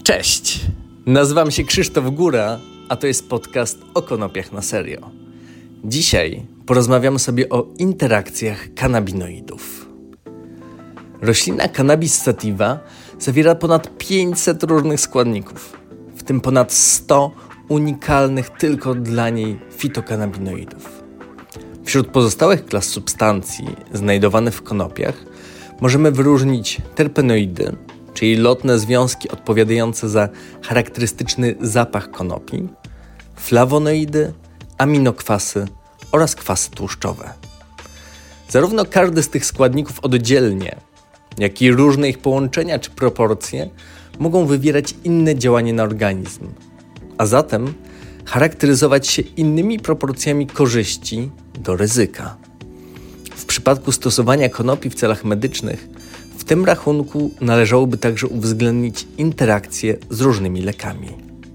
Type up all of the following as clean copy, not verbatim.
Cześć, nazywam się Krzysztof Góra, a to jest podcast o konopiach na serio. Dzisiaj porozmawiamy sobie o interakcjach kanabinoidów. Roślina Cannabis sativa zawiera ponad 500 różnych składników, w tym ponad 100 unikalnych tylko dla niej fitokanabinoidów. Wśród pozostałych klas substancji znajdowanych w konopiach możemy wyróżnić terpenoidy, czyli lotne związki odpowiadające za charakterystyczny zapach konopi, flawonoidy, aminokwasy oraz kwasy tłuszczowe. Zarówno każdy z tych składników oddzielnie, jak i różne ich połączenia czy proporcje mogą wywierać inne działanie na organizm, a zatem charakteryzować się innymi proporcjami korzyści do ryzyka. W przypadku stosowania konopi w celach medycznych w tym rachunku należałoby także uwzględnić interakcje z różnymi lekami.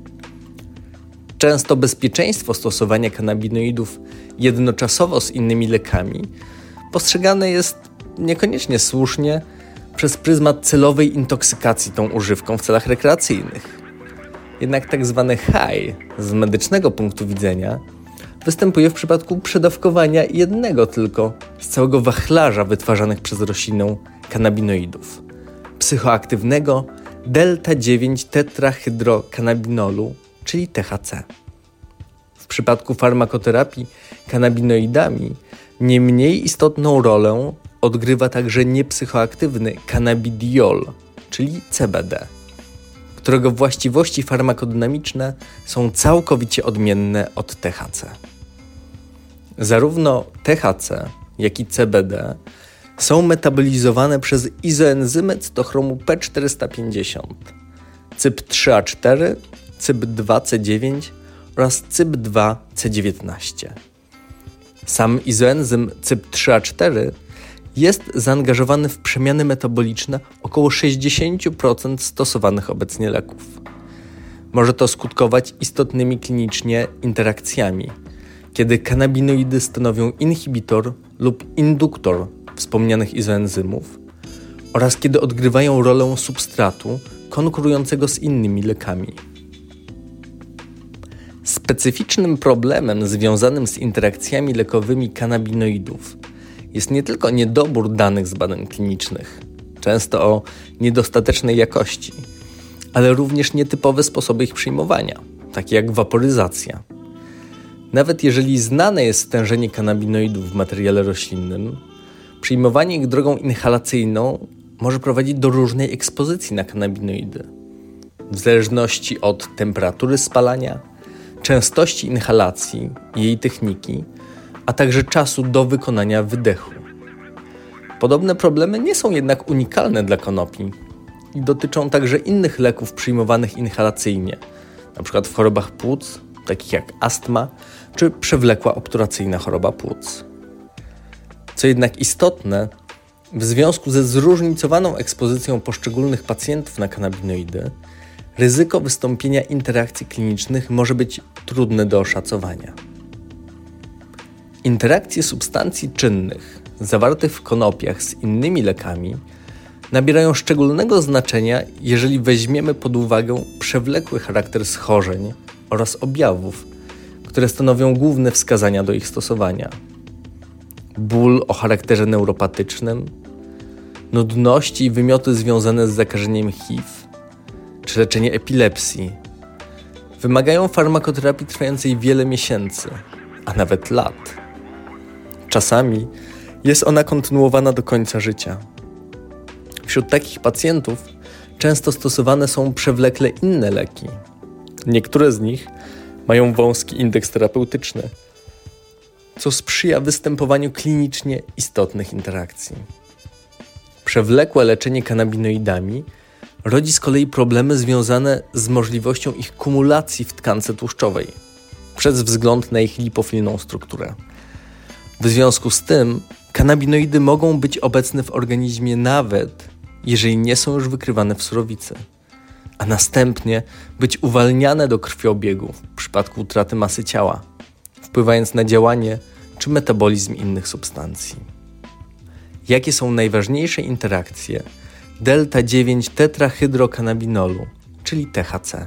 Często bezpieczeństwo stosowania kanabinoidów jednoczasowo z innymi lekami postrzegane jest niekoniecznie słusznie przez pryzmat celowej intoksykacji tą używką w celach rekreacyjnych. Jednak tak zwany high z medycznego punktu widzenia występuje w przypadku przedawkowania jednego tylko z całego wachlarza wytwarzanych przez roślinę kanabinoidów, psychoaktywnego delta-9 tetrahydrokannabinolu, czyli THC. W przypadku farmakoterapii kanabinoidami nie mniej istotną rolę odgrywa także niepsychoaktywny cannabidiol, czyli CBD, którego właściwości farmakodynamiczne są całkowicie odmienne od THC. Zarówno THC, jak i CBD są metabolizowane przez izoenzymy cytochromu P450, CYP3A4, CYP2C9 oraz CYP2C19. Sam izoenzym CYP3A4 jest zaangażowany w przemiany metaboliczne około 60% stosowanych obecnie leków. Może to skutkować istotnymi klinicznie interakcjami, kiedy kanabinoidy stanowią inhibitor lub induktor wspomnianych izoenzymów oraz kiedy odgrywają rolę substratu konkurującego z innymi lekami. Specyficznym problemem związanym z interakcjami lekowymi kanabinoidów jest nie tylko niedobór danych z badań klinicznych, często o niedostatecznej jakości, ale również nietypowe sposoby ich przyjmowania, takie jak waporyzacja. Nawet jeżeli znane jest stężenie kanabinoidów w materiale roślinnym, przyjmowanie ich drogą inhalacyjną może prowadzić do różnej ekspozycji na kanabinoidy, w zależności od temperatury spalania, częstości inhalacji i jej techniki, a także czasu do wykonania wydechu. Podobne problemy nie są jednak unikalne dla konopi i dotyczą także innych leków przyjmowanych inhalacyjnie, np. w chorobach płuc, takich jak astma czy przewlekła obturacyjna choroba płuc. Co jednak istotne, w związku ze zróżnicowaną ekspozycją poszczególnych pacjentów na kanabinoidy, ryzyko wystąpienia interakcji klinicznych może być trudne do oszacowania. Interakcje substancji czynnych zawartych w konopiach z innymi lekami nabierają szczególnego znaczenia, jeżeli weźmiemy pod uwagę przewlekły charakter schorzeń oraz objawów, które stanowią główne wskazania do ich stosowania. Ból o charakterze neuropatycznym, nudności i wymioty związane z zakażeniem HIV, czy leczenie epilepsji wymagają farmakoterapii trwającej wiele miesięcy, a nawet lat. Czasami jest ona kontynuowana do końca życia. Wśród takich pacjentów często stosowane są przewlekle inne leki. Niektóre z nich mają wąski indeks terapeutyczny, co sprzyja występowaniu klinicznie istotnych interakcji. Przewlekłe leczenie kanabinoidami rodzi z kolei problemy związane z możliwością ich kumulacji w tkance tłuszczowej przez wzgląd na ich lipofilną strukturę. W związku z tym kanabinoidy mogą być obecne w organizmie nawet jeżeli nie są już wykrywane w surowicy, a następnie być uwalniane do krwiobiegu w przypadku utraty masy ciała, wpływając na działanie czy metabolizm innych substancji. Jakie są najważniejsze interakcje delta-9 tetrahydrokannabinolu, czyli THC.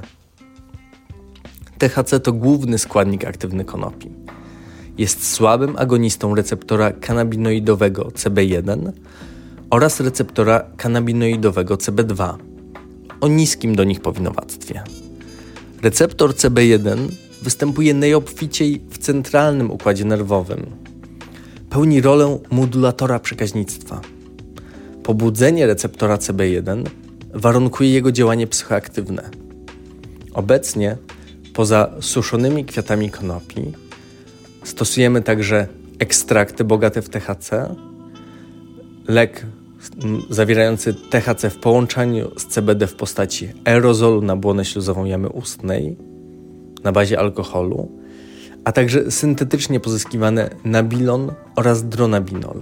THC to główny składnik aktywny konopi. Jest słabym agonistą receptora kanabinoidowego CB1 oraz receptora kanabinoidowego CB2 o niskim do nich powinowactwie. Receptor CB1 występuje najobficiej w centralnym układzie nerwowym. Pełni rolę modulatora przekaźnictwa. Pobudzenie receptora CB1 warunkuje jego działanie psychoaktywne. Obecnie, poza suszonymi kwiatami konopi, stosujemy także ekstrakty bogate w THC, lek zawierający THC w połączeniu z CBD w postaci aerozolu na błonę śluzową jamy ustnej na bazie alkoholu, a także syntetycznie pozyskiwane nabilon oraz dronabinol.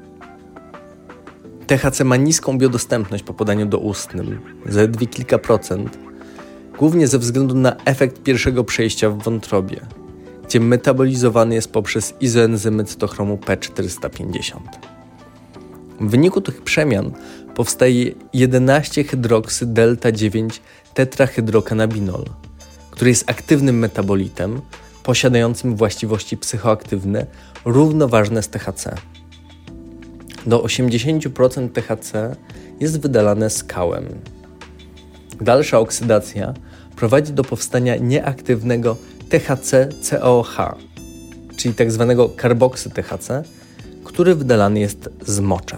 THC ma niską biodostępność po podaniu doustnym, zaledwie kilka procent, głównie ze względu na efekt pierwszego przejścia w wątrobie, gdzie metabolizowany jest poprzez izoenzymy cytochromu P450. W wyniku tych przemian powstaje 11-hydroksy-delta-9-tetrahydrokanabinol, który jest aktywnym metabolitem posiadającym właściwości psychoaktywne równoważne z THC. Do 80% THC jest wydalane skałem. Dalsza oksydacja prowadzi do powstania nieaktywnego THC-COH, czyli tzw. karboksy-THC, który wydalany jest z moczem.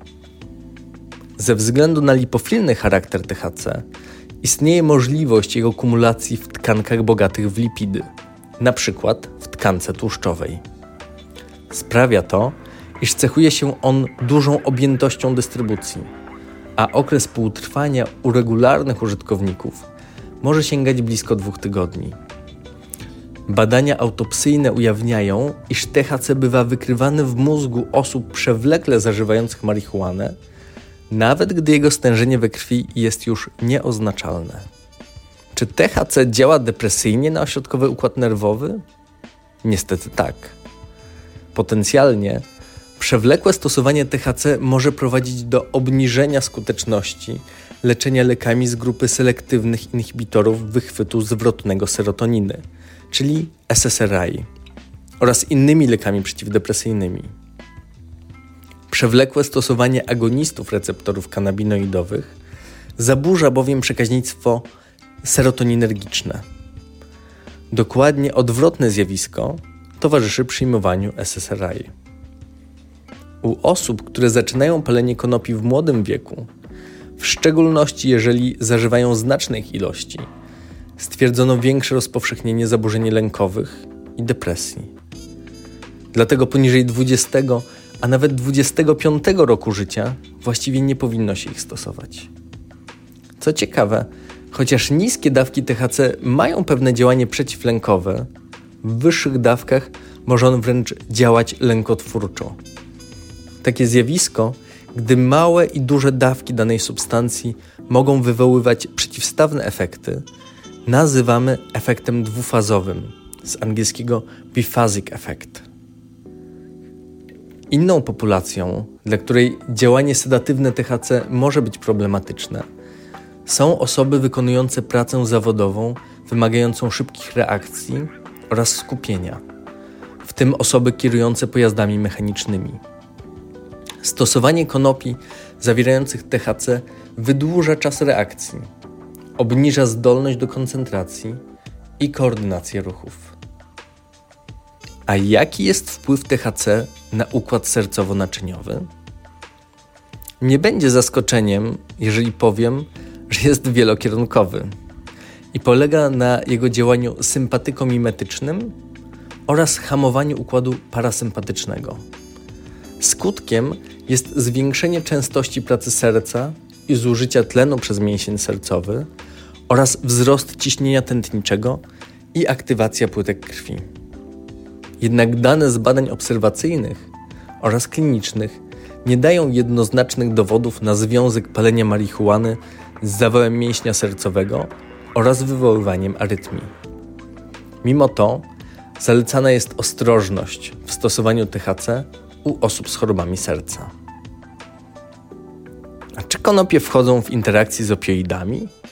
Ze względu na lipofilny charakter THC istnieje możliwość jego kumulacji w tkankach bogatych w lipidy, np. w tkance tłuszczowej. Sprawia to, iż cechuje się on dużą objętością dystrybucji, a okres półtrwania u regularnych użytkowników może sięgać blisko 2 tygodni. Badania autopsyjne ujawniają, iż THC bywa wykrywany w mózgu osób przewlekle zażywających marihuanę, nawet gdy jego stężenie we krwi jest już nieoznaczalne. Czy THC działa depresyjnie na ośrodkowy układ nerwowy? Niestety tak. Potencjalnie przewlekłe stosowanie THC może prowadzić do obniżenia skuteczności leczenia lekami z grupy selektywnych inhibitorów wychwytu zwrotnego serotoniny, czyli SSRI, oraz innymi lekami przeciwdepresyjnymi. Przewlekłe stosowanie agonistów receptorów kanabinoidowych zaburza bowiem przekaźnictwo serotoninergiczne. Dokładnie odwrotne zjawisko towarzyszy przyjmowaniu SSRI. U osób, które zaczynają palenie konopi w młodym wieku, w szczególności jeżeli zażywają znaczne ich ilości, stwierdzono większe rozpowszechnienie zaburzeń lękowych i depresji. Dlatego poniżej 20, a nawet 25 roku życia właściwie nie powinno się ich stosować. Co ciekawe, chociaż niskie dawki THC mają pewne działanie przeciwlękowe, w wyższych dawkach może on wręcz działać lękotwórczo. Takie zjawisko, gdy małe i duże dawki danej substancji mogą wywoływać przeciwstawne efekty, nazywamy efektem dwufazowym, z angielskiego biphasic effect. Inną populacją, dla której działanie sedatywne THC może być problematyczne, są osoby wykonujące pracę zawodową wymagającą szybkich reakcji oraz skupienia, w tym osoby kierujące pojazdami mechanicznymi. Stosowanie konopi zawierających THC wydłuża czas reakcji, obniża zdolność do koncentracji i koordynację ruchów. A jaki jest wpływ THC na układ sercowo-naczyniowy? Nie będzie zaskoczeniem, jeżeli powiem, że jest wielokierunkowy i polega na jego działaniu sympatykomimetycznym oraz hamowaniu układu parasympatycznego. Skutkiem jest zwiększenie częstości pracy serca i zużycia tlenu przez mięsień sercowy oraz wzrost ciśnienia tętniczego i aktywacja płytek krwi. Jednak dane z badań obserwacyjnych oraz klinicznych nie dają jednoznacznych dowodów na związek palenia marihuany z zawałem mięśnia sercowego oraz wywoływaniem arytmii. Mimo to zalecana jest ostrożność w stosowaniu THC u osób z chorobami serca. A czy konopie wchodzą w interakcję z opioidami?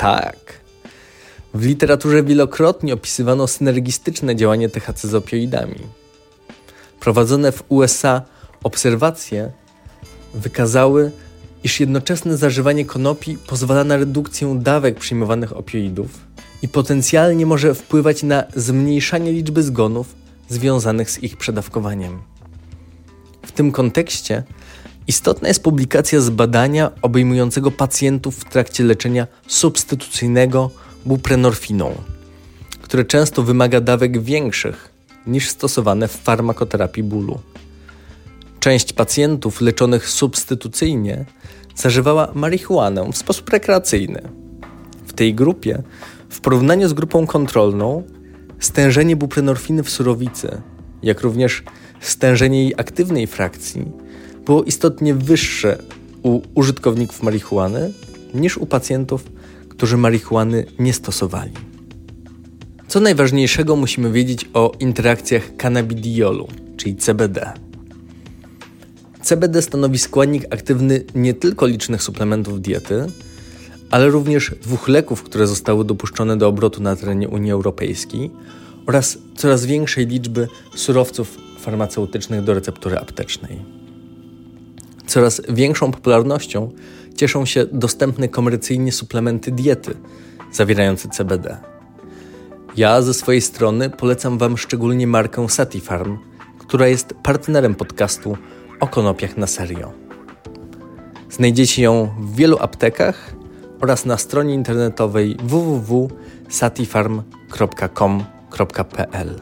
Tak. W literaturze wielokrotnie opisywano synergistyczne działanie THC z opioidami. Prowadzone w USA obserwacje wykazały, iż jednoczesne zażywanie konopi pozwala na redukcję dawek przyjmowanych opioidów i potencjalnie może wpływać na zmniejszanie liczby zgonów związanych z ich przedawkowaniem. W tym kontekście istotna jest publikacja z badania obejmującego pacjentów w trakcie leczenia substytucyjnego buprenorfiną, które często wymaga dawek większych niż stosowane w farmakoterapii bólu. Część pacjentów leczonych substytucyjnie zażywała marihuanę w sposób rekreacyjny. W tej grupie, w porównaniu z grupą kontrolną, stężenie buprenorfiny w surowicy, jak również stężenie jej aktywnej frakcji było istotnie wyższe u użytkowników marihuany niż u pacjentów, którzy marihuany nie stosowali. Co najważniejszego musimy wiedzieć o interakcjach cannabidiolu, czyli CBD. CBD stanowi składnik aktywny nie tylko licznych suplementów diety, ale również 2 leków, które zostały dopuszczone do obrotu na terenie Unii Europejskiej oraz coraz większej liczby surowców farmaceutycznych do receptury aptecznej. Coraz większą popularnością cieszą się dostępne komercyjnie suplementy diety zawierające CBD. Ja ze swojej strony polecam Wam szczególnie markę Satifarm, która jest partnerem podcastu o konopiach na serio. Znajdziecie ją w wielu aptekach oraz na stronie internetowej www.satifarm.com.pl.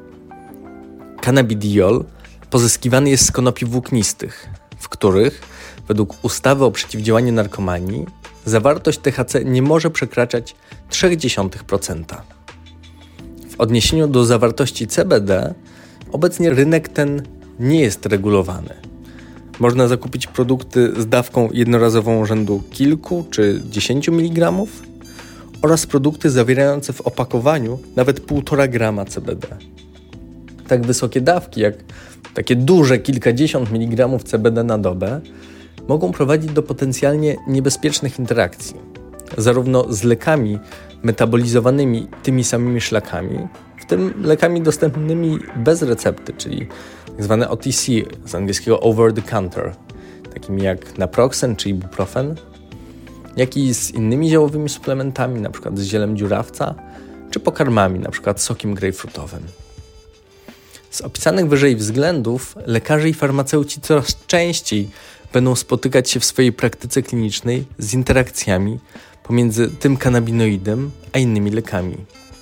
Cannabidiol pozyskiwany jest z konopi włóknistych, w których, według ustawy o przeciwdziałaniu narkomanii, zawartość THC nie może przekraczać 0,3%. W odniesieniu do zawartości CBD, obecnie rynek ten nie jest regulowany. Można zakupić produkty z dawką jednorazową rzędu kilku czy 10 mg oraz produkty zawierające w opakowaniu nawet 1,5 grama CBD. Tak wysokie dawki, jak takie duże kilkadziesiąt miligramów CBD na dobę, mogą prowadzić do potencjalnie niebezpiecznych interakcji, zarówno z lekami metabolizowanymi tymi samymi szlakami, w tym lekami dostępnymi bez recepty, czyli tzw. OTC, z angielskiego over the counter, takimi jak naproxen czy ibuprofen, jak i z innymi ziołowymi suplementami, np. z zielem dziurawca, czy pokarmami, np. sokiem grejpfrutowym. Z opisanych wyżej względów lekarze i farmaceuci coraz częściej będą spotykać się w swojej praktyce klinicznej z interakcjami pomiędzy tym kannabinoidem a innymi lekami.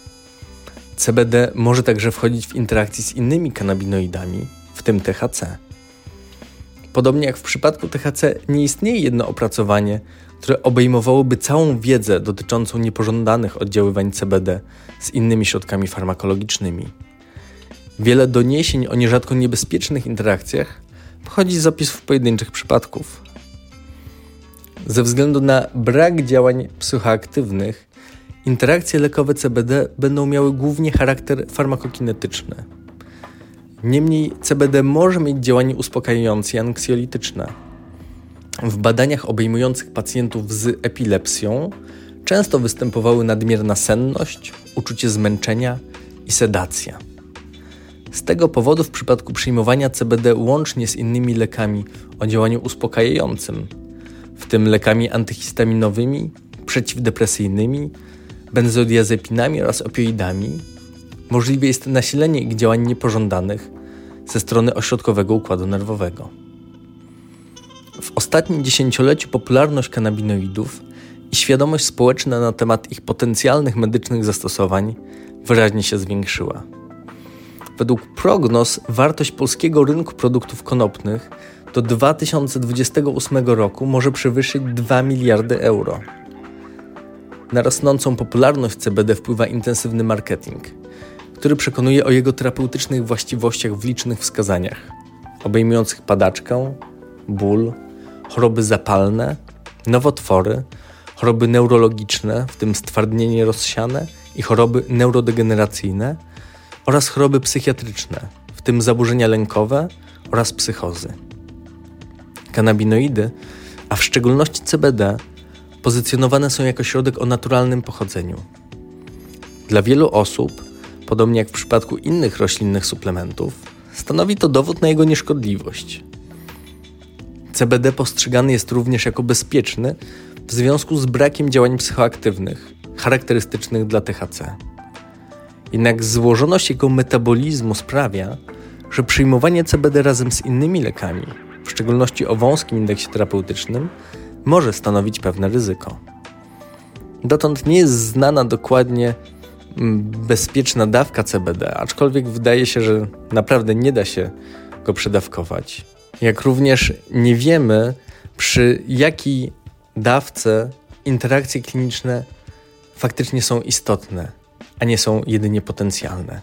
CBD może także wchodzić w interakcję z innymi kannabinoidami, w tym THC. Podobnie jak w przypadku THC nie istnieje jedno opracowanie, które obejmowałoby całą wiedzę dotyczącą niepożądanych oddziaływań CBD z innymi środkami farmakologicznymi. Wiele doniesień o nierzadko niebezpiecznych interakcjach pochodzi z opisów pojedynczych przypadków. Ze względu na brak działań psychoaktywnych, interakcje lekowe CBD będą miały głównie charakter farmakokinetyczny. Niemniej CBD może mieć działanie uspokajające i anksjolityczne. W badaniach obejmujących pacjentów z epilepsją często występowały nadmierna senność, uczucie zmęczenia i sedacja. Z tego powodu w przypadku przyjmowania CBD łącznie z innymi lekami o działaniu uspokajającym, w tym lekami antyhistaminowymi, przeciwdepresyjnymi, benzodiazepinami oraz opioidami, możliwe jest nasilenie ich działań niepożądanych ze strony ośrodkowego układu nerwowego. W ostatnim dziesięcioleciu popularność kannabinoidów i świadomość społeczna na temat ich potencjalnych medycznych zastosowań wyraźnie się zwiększyła. Według prognoz wartość polskiego rynku produktów konopnych do 2028 roku może przewyższyć 2 miliardy euro. Na rosnącą popularność CBD wpływa intensywny marketing, który przekonuje o jego terapeutycznych właściwościach w licznych wskazaniach, obejmujących padaczkę, ból, choroby zapalne, nowotwory, choroby neurologiczne, w tym stwardnienie rozsiane i choroby neurodegeneracyjne oraz choroby psychiatryczne, w tym zaburzenia lękowe oraz psychozy. Kannabinoidy, a w szczególności CBD, pozycjonowane są jako środek o naturalnym pochodzeniu. Dla wielu osób, podobnie jak w przypadku innych roślinnych suplementów, stanowi to dowód na jego nieszkodliwość. CBD postrzegany jest również jako bezpieczny w związku z brakiem działań psychoaktywnych, charakterystycznych dla THC. Jednak złożoność jego metabolizmu sprawia, że przyjmowanie CBD razem z innymi lekami, w szczególności o wąskim indeksie terapeutycznym, może stanowić pewne ryzyko. Dotąd nie jest znana dokładnie bezpieczna dawka CBD, aczkolwiek wydaje się, że naprawdę nie da się go przedawkować. Jak również nie wiemy, przy jakiej dawce interakcje kliniczne faktycznie są istotne, a nie są jedynie potencjalne.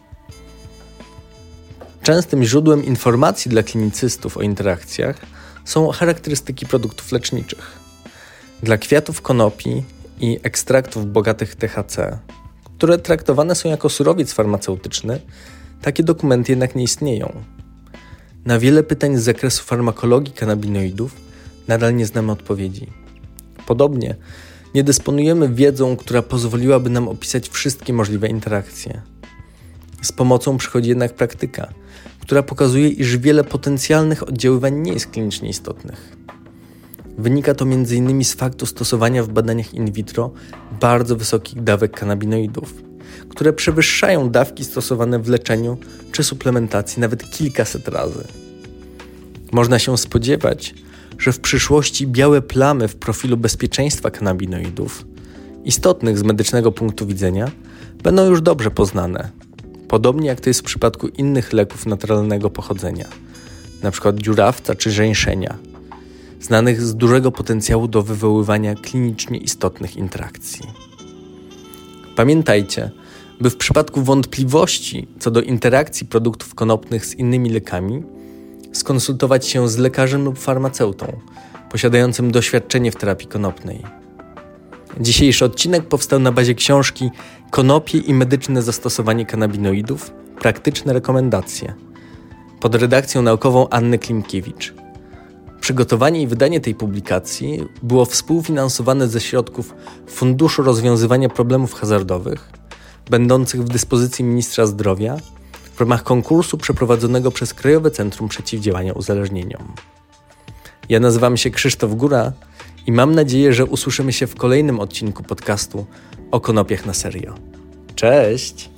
Częstym źródłem informacji dla klinicystów o interakcjach są charakterystyki produktów leczniczych. Dla kwiatów konopi i ekstraktów bogatych THC, które traktowane są jako surowiec farmaceutyczny, takie dokumenty jednak nie istnieją. Na wiele pytań z zakresu farmakologii kanabinoidów nadal nie znamy odpowiedzi. Podobnie nie dysponujemy wiedzą, która pozwoliłaby nam opisać wszystkie możliwe interakcje. Z pomocą przychodzi jednak praktyka, która pokazuje, iż wiele potencjalnych oddziaływań nie jest klinicznie istotnych. Wynika to m.in. z faktu stosowania w badaniach in vitro bardzo wysokich dawek kanabinoidów, które przewyższają dawki stosowane w leczeniu czy suplementacji nawet kilkaset razy. Można się spodziewać, że w przyszłości białe plamy w profilu bezpieczeństwa kanabinoidów, istotnych z medycznego punktu widzenia, będą już dobrze poznane, podobnie jak to jest w przypadku innych leków naturalnego pochodzenia, np. dziurawca czy żeńszenia, znanych z dużego potencjału do wywoływania klinicznie istotnych interakcji. Pamiętajcie, by w przypadku wątpliwości co do interakcji produktów konopnych z innymi lekami, skonsultować się z lekarzem lub farmaceutą posiadającym doświadczenie w terapii konopnej. Dzisiejszy odcinek powstał na bazie książki Konopie i medyczne zastosowanie kanabinoidów – praktyczne rekomendacje pod redakcją naukową Anny Klimkiewicz. Przygotowanie i wydanie tej publikacji było współfinansowane ze środków Funduszu Rozwiązywania Problemów Hazardowych, będących w dyspozycji Ministra Zdrowia w ramach konkursu przeprowadzonego przez Krajowe Centrum Przeciwdziałania Uzależnieniom. Ja nazywam się Krzysztof Góra i mam nadzieję, że usłyszymy się w kolejnym odcinku podcastu o konopiach na serio. Cześć!